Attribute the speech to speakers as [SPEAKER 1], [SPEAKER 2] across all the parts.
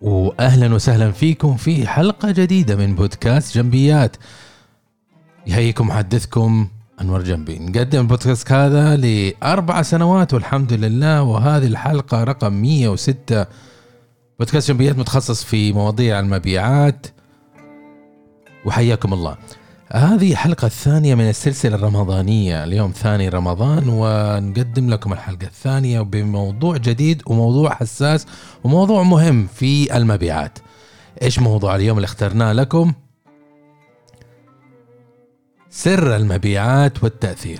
[SPEAKER 1] وأهلا وسهلا فيكم في حلقة جديدة من بودكاست جنبيات. يحييكم محدثكم أنور جنبي. نقدم البودكاست هذا ل4 سنوات والحمد لله، وهذه الحلقة رقم 106. بودكاست جنبيات متخصص في مواضيع المبيعات، وحياكم الله. هذه الحلقة الثانية من السلسلة الرمضانية. اليوم ثاني رمضان ونقدم لكم الحلقة الثانية بموضوع جديد وموضوع حساس وموضوع مهم في المبيعات. إيش موضوع اليوم اللي اخترناه لكم؟ سر المبيعات والتأثير.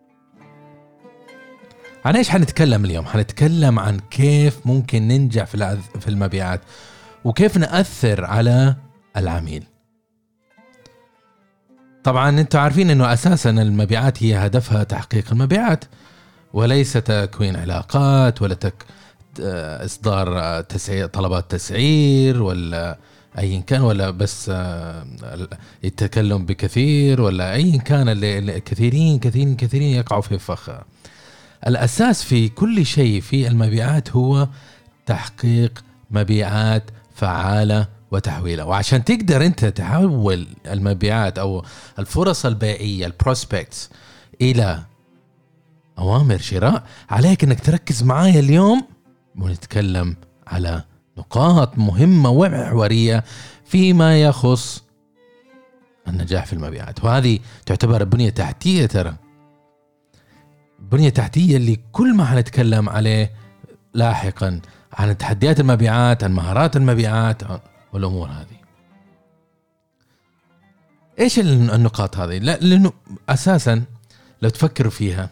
[SPEAKER 1] عن إيش حنتكلم اليوم؟ حنتكلم عن كيف ممكن ننجح في المبيعات، وكيف نأثر على العميل. طبعا انتم عارفين انه اساسا المبيعات هي هدفها تحقيق المبيعات، وليس تكوين علاقات ولا اصدار طلبات تسعير ولا اي كان، ولا بس التكلم بكثير، ولا اي كان اللي كثيرين يقعوا في فخ. الاساس في كل شيء في المبيعات هو تحقيق مبيعات فعالة وتحويلها. وعشان تقدر انت تحول المبيعات او الفرص البيعية البروسبكتس الى اوامر شراء، عليك انك تركز معايا اليوم ونتكلم على نقاط مهمة ومحورية فيما يخص النجاح في المبيعات. وهذه تعتبر بنية تحتية، ترى بنية تحتية اللي كل ما حنتكلم عليه لاحقا عن تحديات المبيعات، عن مهارات المبيعات والأمور هذه. إيش النقاط هذه؟ لا، لأنه أساسا لو تفكروا فيها،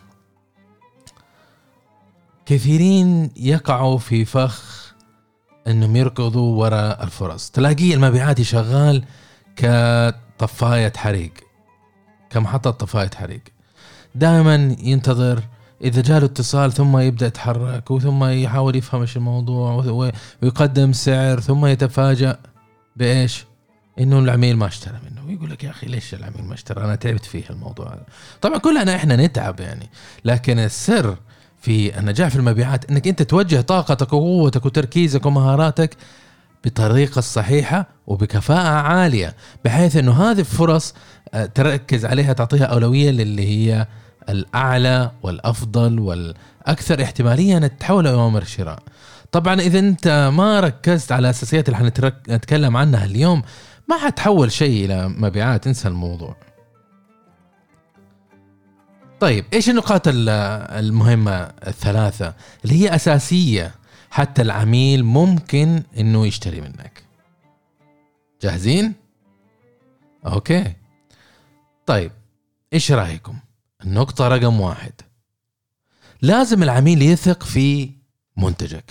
[SPEAKER 1] كثيرين يقعوا في فخ أنهم يركضوا وراء الفرص. تلاقي المبيعات شغال كطفاية حريق، كمحطة طفاية حريق، دائما ينتظر إذا جاله اتصال ثم يبدأ يتحرك، وثم يحاول يفهم إيش الموضوع ويقدم سعر، ثم يتفاجأ بإيش؟ إنه العميل ما اشترى منه، ويقول لك يا أخي ليش العميل ما اشترى؟ أنا تعبت فيه الموضوع هذا. طبعا كلنا إحنا نتعب يعني، لكن السر في النجاح في المبيعات إنك أنت توجه طاقتك وقوتك وتركيزك ومهاراتك بطريقة صحيحة وبكفاءة عالية، بحيث إنه هذه الفرص تركز عليها، تعطيها أولوية للي هي الأعلى والأفضل والأكثر احتمالية أن تتحول أوامر شراء. طبعا إذا أنت ما ركزت على أساسيات اللي حنتكلم عنها اليوم، ما حتحول شيء إلى مبيعات، انسى الموضوع. طيب إيش النقاط المهمة الثلاثة اللي هي أساسية حتى العميل ممكن إنه يشتري منك؟ جاهزين؟ أوكي. طيب إيش رأيكم؟ النقطة رقم 1، لازم العميل يثق في منتجك.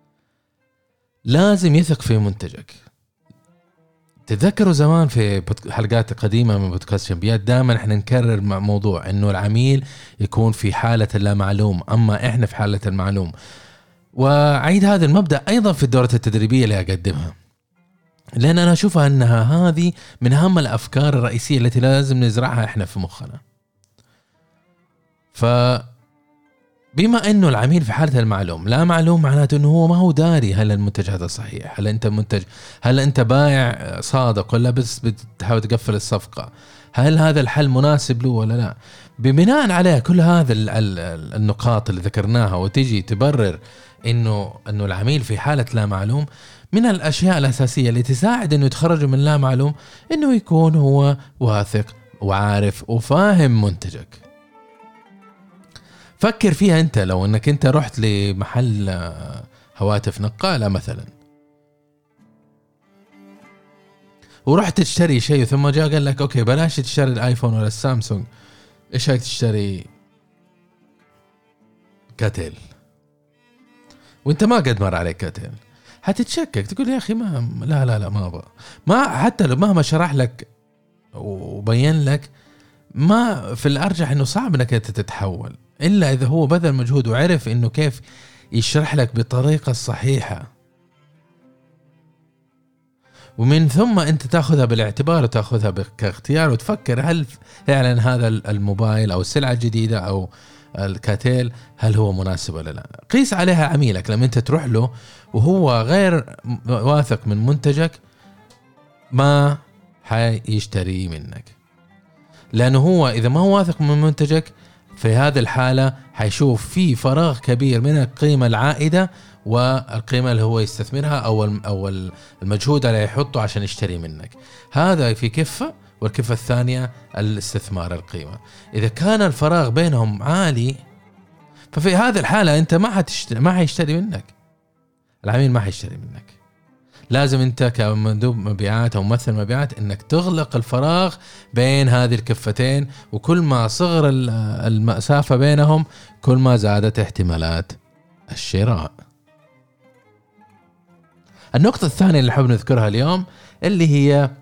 [SPEAKER 1] لازم يثق في منتجك. تذكروا زمان في حلقات قديمة من بودكاست جنبيات دائما احنا نكرر موضوع انه العميل يكون في حالة اللا معلوم، اما احنا في حالة المعلوم. وعيد هذا المبدأ ايضا في الدورة التدريبية اللي اقدمها، لان انا اشوفها انها هذه من اهم الافكار الرئيسية التي لازم نزرعها احنا في مخنا. فبما انه العميل في حالة المعلوم، لا معلوم معناته انه هو ما هو داري هل المنتج هذا صحيح، هل انت بائع صادق ولا بس بتحاول تقفل الصفقة، هل هذا الحل مناسب له ولا لا. ببناء عليه كل هذا النقاط اللي ذكرناها، وتيجي تبرر انه العميل في حالة لا معلوم، من الاشياء الاساسية اللي تساعد انه يتخرج من لا معلوم انه يكون هو واثق وعارف وفاهم منتجك. فكر فيها انت، لو انك انت رحت لمحل هواتف نقالة مثلا، ورحت تشتري شيء، ثم جاء قال لك اوكي بلاش تشتري الايفون ولا السامسونج، ايش رايك تشتري كاتيل، وانت ما قد مر عليك كاتيل، هتتشكك تقول يا اخي لا ما ابغى. ما حتى لو مهما شرح لك وبين لك، ما في الارجح انه صعب انك انت تتحول إلا إذا هو بذل مجهود وعرف إنه كيف يشرح لك بالطريقة الصحيحة، ومن ثم أنت تأخذها بالاعتبار وتأخذها كاختيار، وتفكر هل فعلا هذا الموبايل أو السلعة الجديدة الكاتيل هل هو مناسب ولا لا. قيس عليها عميلك لما انت تروح له وهو غير واثق من منتجك ما حيشتري منك، لأنه هو إذا ما هو واثق من منتجك في هذه الحالة حيشوف في فراغ كبير من القيمة العائدة والقيمة اللي هو يستثمرها أو المجهود اللي يحطه عشان يشتري منك. هذا في كفة، والكفة الثانية الاستثمار القيمة. إذا كان الفراغ بينهم عالي ففي هذه الحالة أنت ما حيشتري منك، العميل ما حيشتري منك. لازم أنت كمندوب مبيعات أو ممثل مبيعات أنك تغلق الفراغ بين هذه الكفتين، وكل ما صغر المسافة بينهم كل ما زادت احتمالات الشراء. النقطة الثانية اللي حاب نذكرها اليوم اللي هي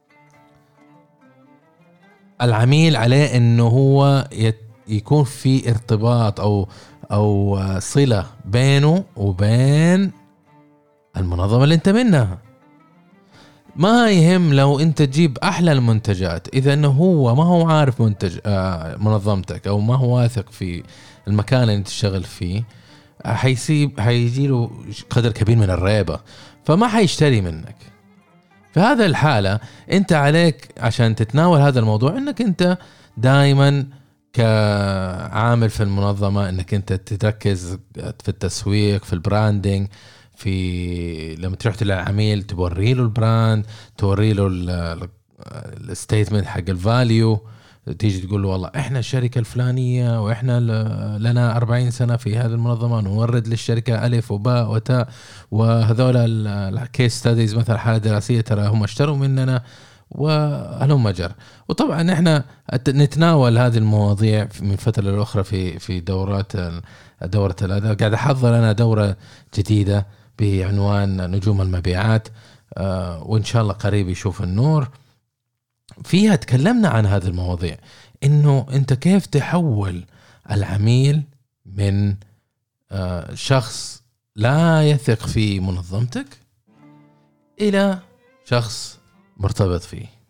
[SPEAKER 1] العميل عليه أنه هو يكون في ارتباط أو صلة بينه وبين المنظمة اللي انت منها. ما يهم لو انت تجيب احلى المنتجات، اذا انه هو ما هو عارف منتج منظمتك او ما هو واثق في المكان اللي انت تشتغل فيه، حيجيله قدر كبير من الريبة فما حيشتري منك. في هذا الحالة انت عليك عشان تتناول هذا الموضوع انك انت دائما كعامل في المنظمة انك انت تركز في التسويق، في البراندينج، في لما تروح للعميل توري له البراند، توري له الستيتمنت حق الفاليو، تيجي تقول له والله احنا الشركة الفلانية واحنا لنا 40 سنة في هذه المنظمة، نورد للشركة ألف وباء وتاء، وهذول الكيس ستاديز مثلا حالة دراسية ترى هم اشتروا مننا وهلم جر. وطبعا احنا نتناول هذه المواضيع من فترة للأخرى في دورة الأداء. قاعد أحضر أنا دورة جديدة بعنوان نجوم المبيعات، وإن شاء الله قريب يشوف النور. فيها تكلمنا عن هذه المواضيع، إنه أنت كيف تحول العميل من شخص لا يثق في منظمتك إلى شخص مرتبط فيه.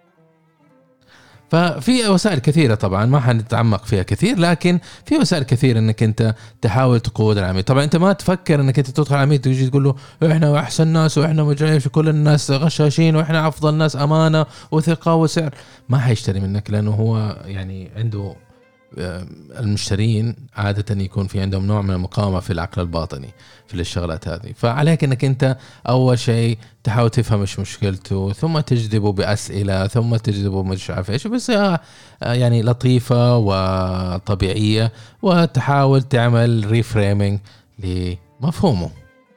[SPEAKER 1] ففي وسائل كثيرة طبعا ما حنتعمق فيها كثير، لكن في وسائل كثير انك انت تحاول تقود العميل. طبعا انت ما تفكر انك انت تدخل العميل تيجي تقول له احنا احسن ناس واحنا مجرمين كل الناس غشاشين واحنا افضل ناس امانة وثقة وسعر. ما حيشتري منك، لانه هو يعني عنده المشترين عادة يكون في عندهم نوع من المقاومة في العقل الباطني في الشغلات هذه. فعليك انك انت اول شيء تحاول تفهم ايش مشكلته، ثم تجذبه بأسئلة، ثم تجذبه مش عارف ايش، بس يعني لطيفة وطبيعية، وتحاول تعمل ريفريمينج لمفهومه.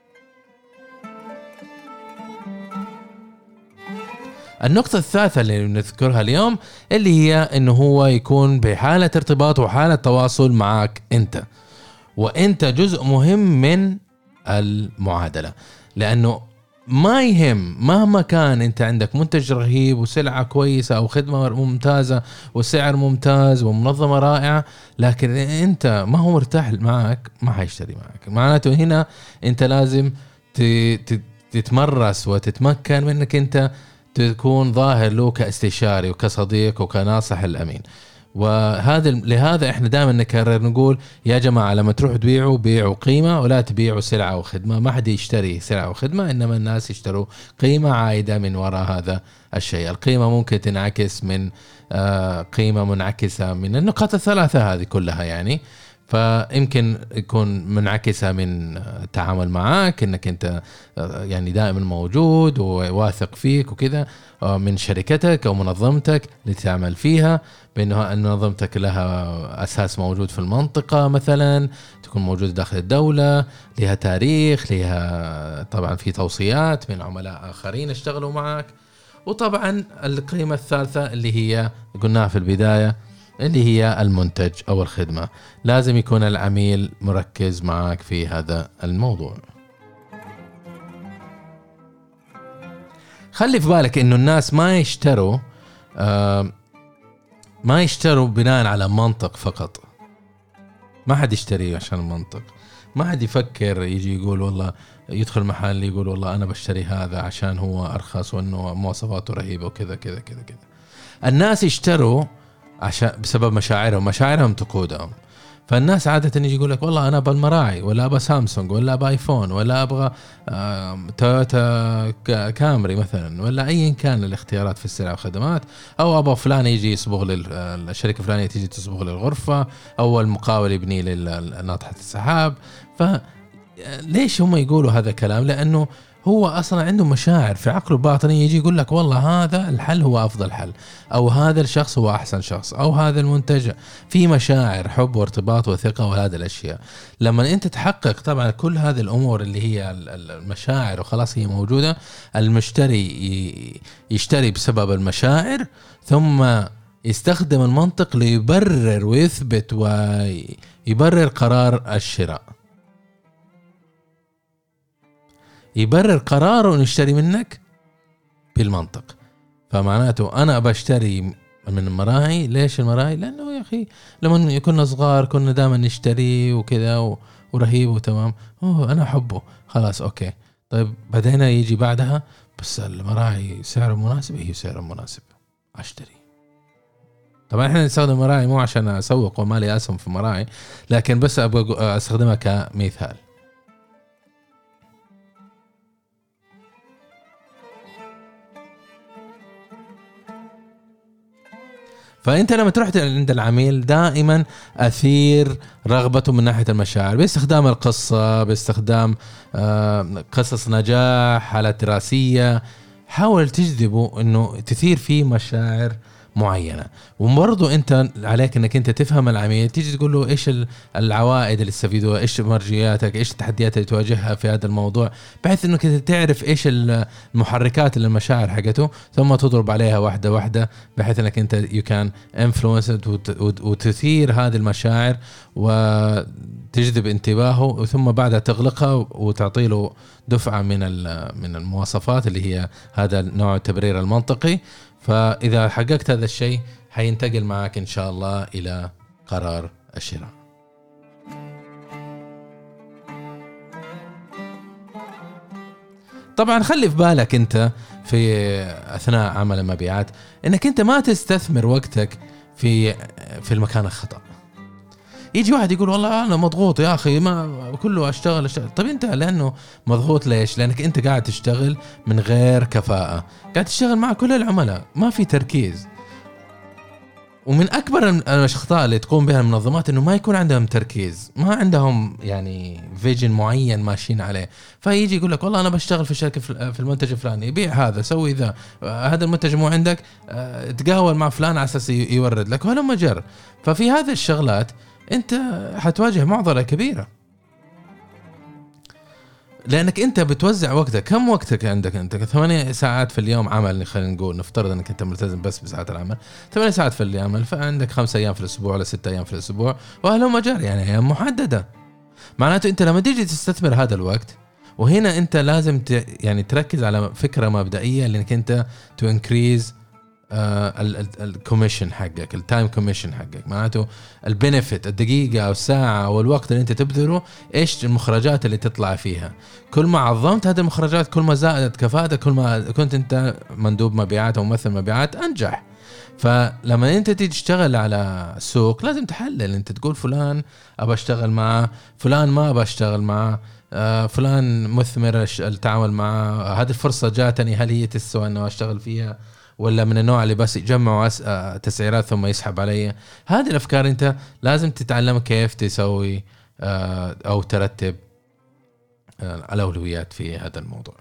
[SPEAKER 1] النقطة الثالثة اللي نذكرها اليوم اللي هي انه هو يكون بحالة ارتباط وحالة تواصل معك انت، وانت جزء مهم من المعادلة. لانه ما يهم مهما كان انت عندك منتج رهيب وسلعة كويسة او خدمة ممتازة وسعر ممتاز ومنظمة رائعة، لكن انت ما هو مرتاح معك ما حيشتري معك. معناته هنا انت لازم تتمرس وتتمكن من انك انت تكون ظاهر له كاستشاري وكصديق وكناصح الأمين. لهذا احنا دائما نكرر نقول يا جماعة لما تروحوا تبيعوا بيعوا قيمة ولا تبيعوا سلعة وخدمة. ما حد يشتري سلعة وخدمة، إنما الناس يشتروا قيمة عائدة من وراء هذا الشيء. القيمة ممكن تنعكس من قيمة منعكسة من النقاط الثلاثة هذه كلها يعني. فيمكن يكون منعكسة من التعامل معك انك انت يعني دائما موجود وواثق فيك وكذا، من شركتك او منظمتك اللي تعمل فيها، بانه منظمتك لها اساس موجود في المنطقة مثلا، تكون موجود داخل الدولة، لها تاريخ، لها طبعا في توصيات من عملاء اخرين اشتغلوا معك. وطبعا القيمة الثالثة اللي هي قلناها في البداية اللي هي المنتج أو الخدمة. لازم يكون العميل مركز معك في هذا الموضوع. خلي في بالك إنه الناس ما يشتروا بناء على منطق فقط. ما حد يشتري عشان المنطق. ما حد يفكر يجي يقول والله يدخل محل يقول والله أنا بشتري هذا عشان هو أرخص وإنه مواصفاته رهيبة وكذا كذا كذا كذا. الناس يشتروا عشان بسبب مشاعرهم تقودهم. فالناس عادة يجي يقول لك والله أنا أبغى المراعي، ولا أبغى سامسونج، ولا أبغى آيفون، ولا أبغى تويوتا كامري مثلا، ولا أي كان الاختيارات في السلع والخدمات، أو أبغى فلان يجي يصبغ الشركة الفلانية تيجي تصبغ للغرفة، أو المقاول يبني لناطحة السحاب. فليش هم يقولوا هذا الكلام؟ لأنه هو أصلا عنده مشاعر في عقله الباطني، يجي يقول لك والله هذا الحل هو أفضل حل، أو هذا الشخص هو أحسن شخص، أو هذا المنتج في مشاعر حب وارتباط وثقة وهذه الأشياء. لما أنت تحقق طبعا كل هذه الأمور اللي هي المشاعر وخلاص هي موجودة، المشتري يشتري بسبب المشاعر، ثم يستخدم المنطق ليبرر ويثبت ويبرر قرار الشراء، يبرر قراره انه يشتري منك بالمنطق. فمعناته انا بشتري من المراعي. ليش المراعي؟ لانه يا اخي لما كنا صغار كنا دائما نشتري وكذا ورهيب وتمام، انا احبه خلاص اوكي. طيب بدينا يجي بعدها بس المراعي سعره مناسب، هي سعره مناسب اشتري. طبعا احنا نستخدم مراعي مو عشان اسوق وما لي اسهم في مراعي، لكن بس ابغى استخدمها كمثال. فأنت لما تروح عند العميل دائما أثير رغبته من ناحية المشاعر، باستخدام القصة، باستخدام قصص نجاح، حالات دراسية، حاول تجذبه إنه تثير فيه مشاعر معينة. وبرضو أنت عليك إنك أنت تفهم العميل، تيجي تقول له إيش العوائد اللي استفيدوها، إيش مرجياتك، إيش التحديات اللي تواجهها في هذا الموضوع، بحيث إنك تعرف إيش المحركات للمشاعر حقته، ثم تضرب عليها واحدة واحدة، بحيث إنك أنت you can influence وتثير هذه المشاعر وتجذب انتباهه، ثم بعدها تغلقها وتعطي له دفعة من المواصفات اللي هي هذا نوع التبرير المنطقي. فإذا حققت هذا الشيء حينتقل معك إن شاء الله إلى قرار الشراء. طبعا خلي في بالك أنت في أثناء عمل المبيعات إنك أنت ما تستثمر وقتك في المكان الخطأ. يجي واحد يقول والله أنا مضغوط يا أخي، ما كله أشتغل. طب أنت لأنه مضغوط ليش؟ لأنك أنت قاعد تشتغل من غير كفاءة، قاعد تشتغل مع كل العملاء، ما في تركيز. ومن أكبر الأخطاء اللي تقوم بها المنظمات إنه ما يكون عندهم تركيز، ما عندهم يعني فيجن معين ماشيين عليه. فيجي يقول لك والله أنا بشتغل في شركة في المنتج الفلاني، يبيع هذا، سوي ذا، هذا المنتج مو عندك، تقاول مع فلان على أساس يورد لك، ولا مجر. ففي هذه الشغلات انت حتواجه معضلة كبيرة، لانك انت بتوزع وقتك. كم وقتك عندك انت؟ 8 ساعات في اليوم عمل، خلينا نقول نفترض انك انت ملتزم بس بساعات العمل، 8 ساعات في اليوم، فعندك 5 ايام في الاسبوع ولا 6 ايام في الاسبوع، وهلو مجر يعني ايام محددة. معناته انت لما تيجي تستثمر هذا الوقت، وهنا انت لازم يعني تركز على فكرة مبدئية، لانك انت تو انكريز الكوميشن حقك، التايم كوميشن حقك، معناته البنفيت، الدقيقة أو الساعة أو الوقت اللي أنت تبذله، إيش المخرجات اللي تطلع فيها. كل ما عظمت هذه المخرجات، كل ما زادت كفاءتك، كل ما كنت أنت مندوب مبيعات أو ممثل مبيعات أنجح. فلما أنت تيجي تشتغل على السوق لازم تحلل، أنت تقول فلان أبى أشتغل معه، فلان ما أبى أشتغل معه، فلان مثمر التعامل معه، هذه الفرصة جاتني، هل هي تسوى أنه أشتغل فيها، ولا من النوع اللي بس يجمعوا تسعيرات ثم يسحب علي. هذه الأفكار أنت لازم تتعلم كيف تسوي أو ترتب الأولويات في هذا الموضوع.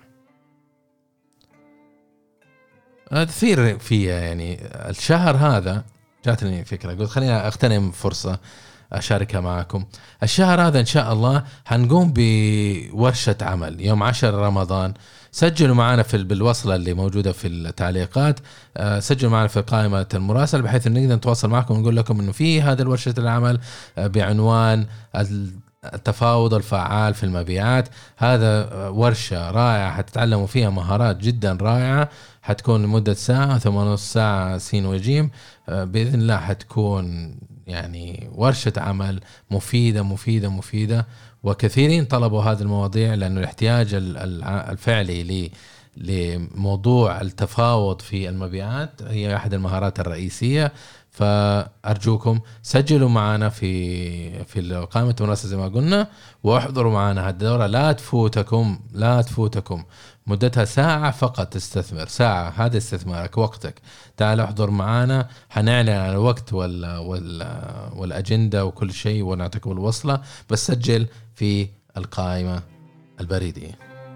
[SPEAKER 1] كثير فيها يعني. الشهر هذا جاتني فكرة، قلت خليني أغتنم فرصة أشاركها معكم. الشهر هذا إن شاء الله هنقوم بورشة عمل يوم 10 رمضان. سجلوا معنا بالوصلة اللي موجودة في التعليقات، سجلوا معنا في قائمة المراسل، بحيث أن نقدر نتواصل معكم ونقول لكم أنه في هذا الورشة العمل بعنوان التفاوض الفعال في المبيعات. هذا ورشة رائعة حتتعلموا فيها مهارات جدا رائعة، حتكون لمدة ساعة ثم نص ساعة سين وجيم بإذن الله. حتكون يعني ورشة عمل مفيدة مفيدة مفيدة، وكثيرين طلبوا هذه المواضيع لأنه الاحتياج الفعلي لموضوع التفاوض في المبيعات هي أحد المهارات الرئيسية. فأرجوكم سجلوا معنا في قائمة المنصة زي ما قلنا، واحضروا معنا هذه الدورة. لا تفوتكم مدتها ساعة فقط، تستثمر ساعة، هذا استثمارك وقتك. تعال احضر معنا، حنعلن عن الوقت والأجندة وكل شيء ونعطيكم الوصلة، بس سجل في القائمة البريدية.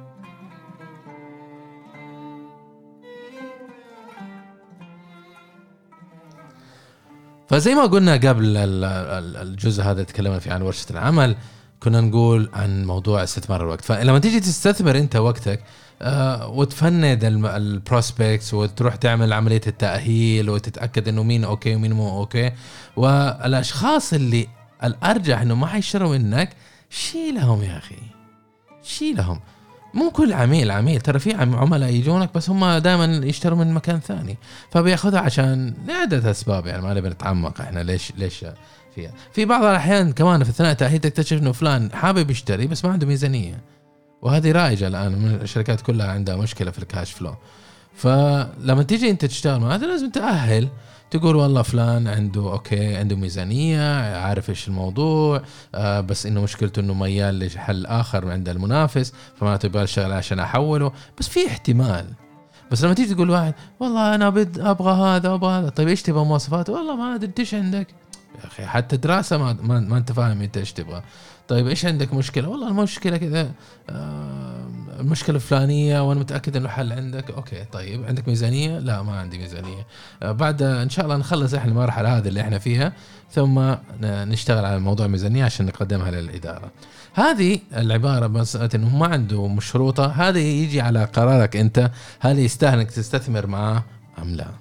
[SPEAKER 1] فزي ما قلنا قبل الجزء هذا تكلمنا فيه عن ورشة العمل، كنا نقول عن موضوع استثمار الوقت. فلما تيجي تستثمر انت وقتك وتفند البروسبكتس وتروح تعمل عملية التأهيل وتتأكد انه مين اوكي ومين مو اوكي، والاشخاص اللي الارجح انه ما حيشتروا منك، شيلهم يا اخي، شيلهم. مو كل عميل ترى في عملاء يجونك بس هم دائما يشتروا من مكان ثاني، فبياخذها عشان لعدة اسباب، يعني ما نبي نتعمق احنا ليش فيها. في بعض الاحيان كمان في اثناء التأهيل تكتشف انه فلان حابب يشتري بس ما عنده ميزانية، وهذه رائجة الان من الشركات كلها عندها مشكلة في الكاش فلو. فلما تيجي انت تشتغل مع هذا لازم تأهل، تقول والله فلان عنده ميزانية، عارف ايش الموضوع، بس انه مشكلته انه ميال لحل اخر عند المنافس، فما تبغى الشغل عشان احوله، بس في احتمال. بس لما تيجي تقول واحد والله انا ابغى هذا، طيب ايش تبغى مواصفات؟ والله ما ادري ايش عندك يا اخي، حتى دراسة ما انت فاهم انت ايش تبغى. طيب ايش عندك مشكلة؟ والله المشكلة كذا، المشكلة الفلانية وانا متأكد انه حل عندك. اوكي طيب عندك ميزانية؟ لا ما عندي ميزانية. بعد ان شاء الله نخلص احنا المرحلة هذه اللي احنا فيها ثم نشتغل على موضوع ميزانية عشان نقدمها للإدارة. هذه العبارة بس انه ما عنده مشروطة، هذا يجي على قرارك انت هل يستاهل انك تستثمر معه ام لا.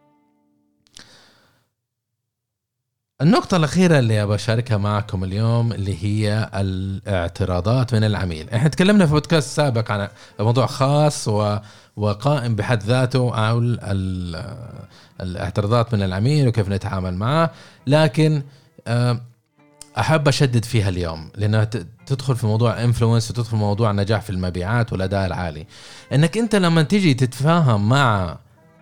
[SPEAKER 1] النقطة الأخيرة اللي أبغى أشاركها معكم اليوم اللي هي الاعتراضات من العميل. إحنا تكلمنا في بودكاست سابق عن موضوع خاص وقائم بحد ذاته أو الاعتراضات من العميل وكيف نتعامل معه، لكن أحب أشدد فيها اليوم لأنها تدخل في موضوع إنفلونس وتدخل في موضوع نجاح في المبيعات والأداء العالي. إنك أنت لما تيجي تتفاهم مع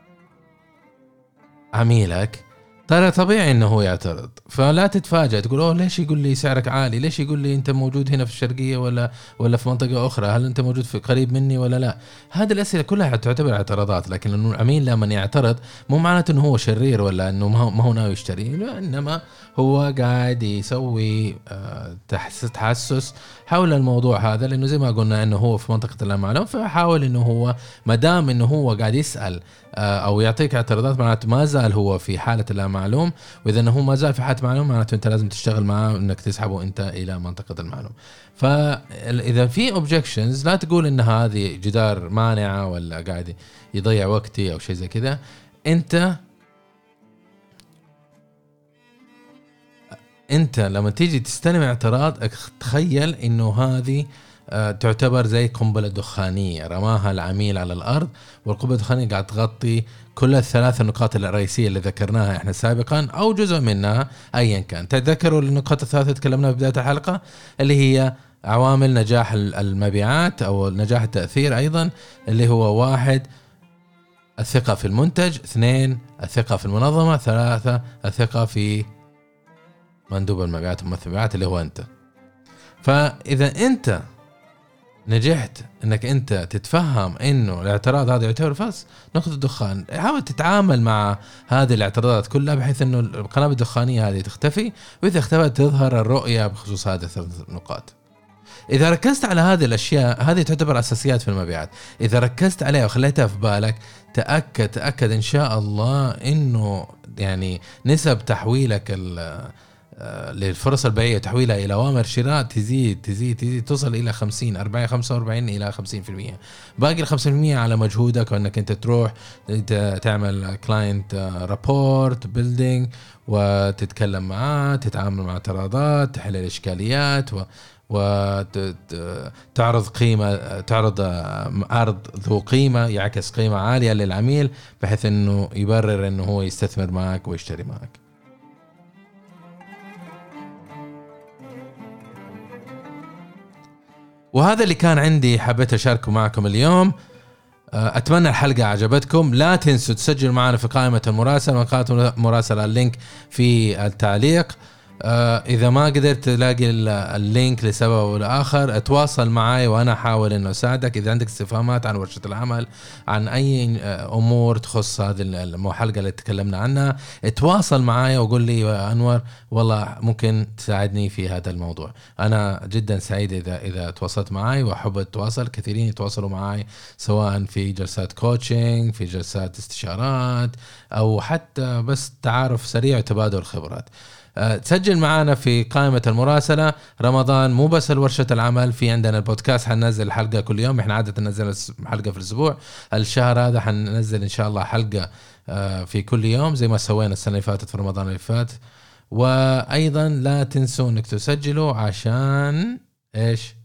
[SPEAKER 1] عميلك ترى طبيعي انه هو يعترض، فلا تتفاجأ تقول اوه ليش يقول لي سعرك عالي، ليش يقول لي انت موجود هنا في الشرقية ولا في منطقة اخرى، هل انت موجود في قريب مني ولا لا. هذه الاسئلة كلها تعتبر اعتراضات، لكن انه العميل لما يعترض مو معناته انه هو شرير ولا انه ما هو ناوي يشتري، انما هو قاعد يسوي تحسس حول الموضوع هذا، لانه زي ما قلنا انه هو في منطقة اللامعلوم، فحاول انه هو مدام انه هو قاعد يسأل او يعطيك اعتراضات معناته ما زال هو في حالة اللامعلوم، واذا انه هو ما زال في حالة معلوم معناته انت لازم تشتغل معه انك تسحبه انت الى منطقة المعلوم. فاذا في objections لا تقول ان هذه جدار مانعة ولا قاعد يضيع وقتي او شيء زي كذا. انت لما تيجي تستلم اعتراض تخيل انه هذه تعتبر زي قنبلة دخانية رماها العميل على الأرض، والقنبلة الدخانية قاعد تغطي كل الثلاث النقاط الرئيسية اللي ذكرناها احنا سابقا أو جزء منها أيا كان. تذكروا النقاط الثلاثة تكلمنا في بداية الحلقة اللي هي عوامل نجاح المبيعات أو نجاح التأثير، أيضا اللي هو 1 الثقة في المنتج، 2 الثقة في المنظمة، 3 الثقة في مندوب المبيعات وممثل المبيعات اللي هو أنت. فإذا أنت نجحت انك انت تتفهم انه الاعتراض هذا يعتبر فاس نقطة دخان، حاول تتعامل مع هذه الاعتراضات كلها بحيث انه القنابل الدخانية هذه تختفي، واذا اختفت تظهر الرؤية بخصوص هذه الثلاث نقاط. اذا ركزت على هذه الاشياء هذه تعتبر اساسيات في المبيعات، اذا ركزت عليها وخليتها في بالك تأكد ان شاء الله انه يعني نسب تحويلك للفرص البيعية تحويلها إلى أوامر شراء تزيد توصل إلى 45 إلى 50%. باقي 50% على مجهودك وأنك أنت تروح تعمل كلاينت رابورت بيلدينج وتتكلم معاه، تتعامل مع اعتراضات، تحل الإشكاليات وتعرض قيمة، تعرض عرض ذو قيمة يعكس قيمة عالية للعميل بحيث أنه يبرر أنه هو يستثمر معك ويشتري معك. وهذا اللي كان عندي حبيت أشاركه معكم اليوم. أتمنى الحلقة عجبتكم. لا تنسوا تسجلوا معنا في قائمة المراسلة اللينك في التعليق. إذا ما قدرت تلاقي اللينك لسبب أو لآخر اتواصل معي وأنا أحاول إنه أساعدك. إذا عندك استفهامات عن ورشة العمل، عن أي أمور تخص هذه الحلقة اللي تكلمنا عنها، اتواصل معي وقول لي يا أنور والله ممكن تساعدني في هذا الموضوع. أنا جدا سعيد إذا تواصلت معي، وأحب التواصل. كثيرين يتواصلوا معي سواء في جلسات كوتشنج، في جلسات استشارات، أو حتى بس تعارف سريع وتبادل خبرات. تسجل معنا في قائمة المراسلة. رمضان مو بس الورشة العمل، في عندنا البودكاست، حننزل حلقة كل يوم. احنا عادة ننزل حلقة في الأسبوع. الشهر هذا حننزل إن شاء الله حلقة في كل يوم زي ما سوينا السنة اللي فاتت في رمضان اللي فات. وأيضا لا تنسوا إنك تسجلوا عشان إيش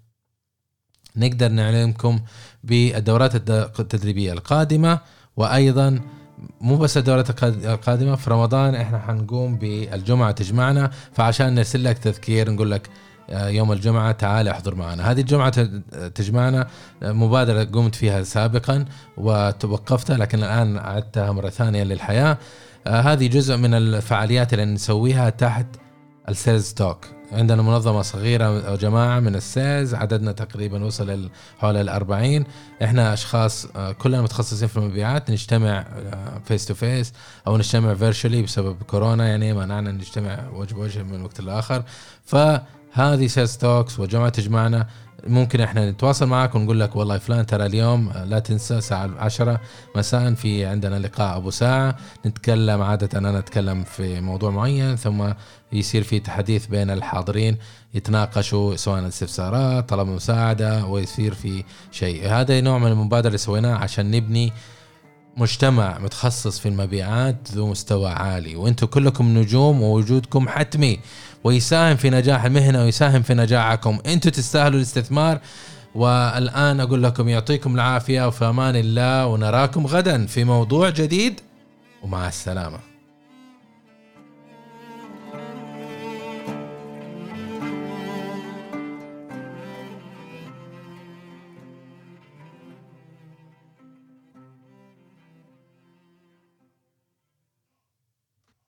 [SPEAKER 1] نقدر نعلمكم بالدورات التدريبية القادمة. وأيضا مو بس الدورات القادمة في رمضان، احنا حنقوم بالجمعة تجمعنا، فعشان نرسل لك تذكير نقول لك يوم الجمعة تعال احضر معنا. هذه الجمعة تجمعنا مبادرة قمت فيها سابقا وتوقفتها، لكن الآن عدتها مرة ثانية للحياة. هذه جزء من الفعاليات اللي نسويها تحت السيلز توك. عندنا منظمة صغيرة أو جماعة من السيلز، عددنا تقريبا وصل حول 40. احنا أشخاص كلنا متخصصين في المبيعات، نجتمع فيس تو فيس أو نجتمع فيرشولي بسبب كورونا، يعني منعنا نجتمع وجه بوجه من وقت لآخر. فهذه سيلز توكس وجماعة تجمعنا. ممكن احنا نتواصل معك ونقول لك والله فلان ترى اليوم لا تنسى الساعة 10 مساء في عندنا لقاء أبو ساعة، نتكلم. عادة أنا أتكلم في موضوع معين، ثم يصير في تحديث بين الحاضرين، يتناقشوا سواء استفسارات، طلب مساعدة، ويصير في شيء. هذا نوع من المبادرة اللي سويناه عشان نبني مجتمع متخصص في المبيعات ذو مستوى عالي. وانتم كلكم نجوم، ووجودكم حتمي ويساهم في نجاح المهنة ويساهم في نجاحكم. انتم تستاهلوا الاستثمار. والآن أقول لكم يعطيكم العافية وفي أمان الله، ونراكم غدا في موضوع جديد، ومع السلامة.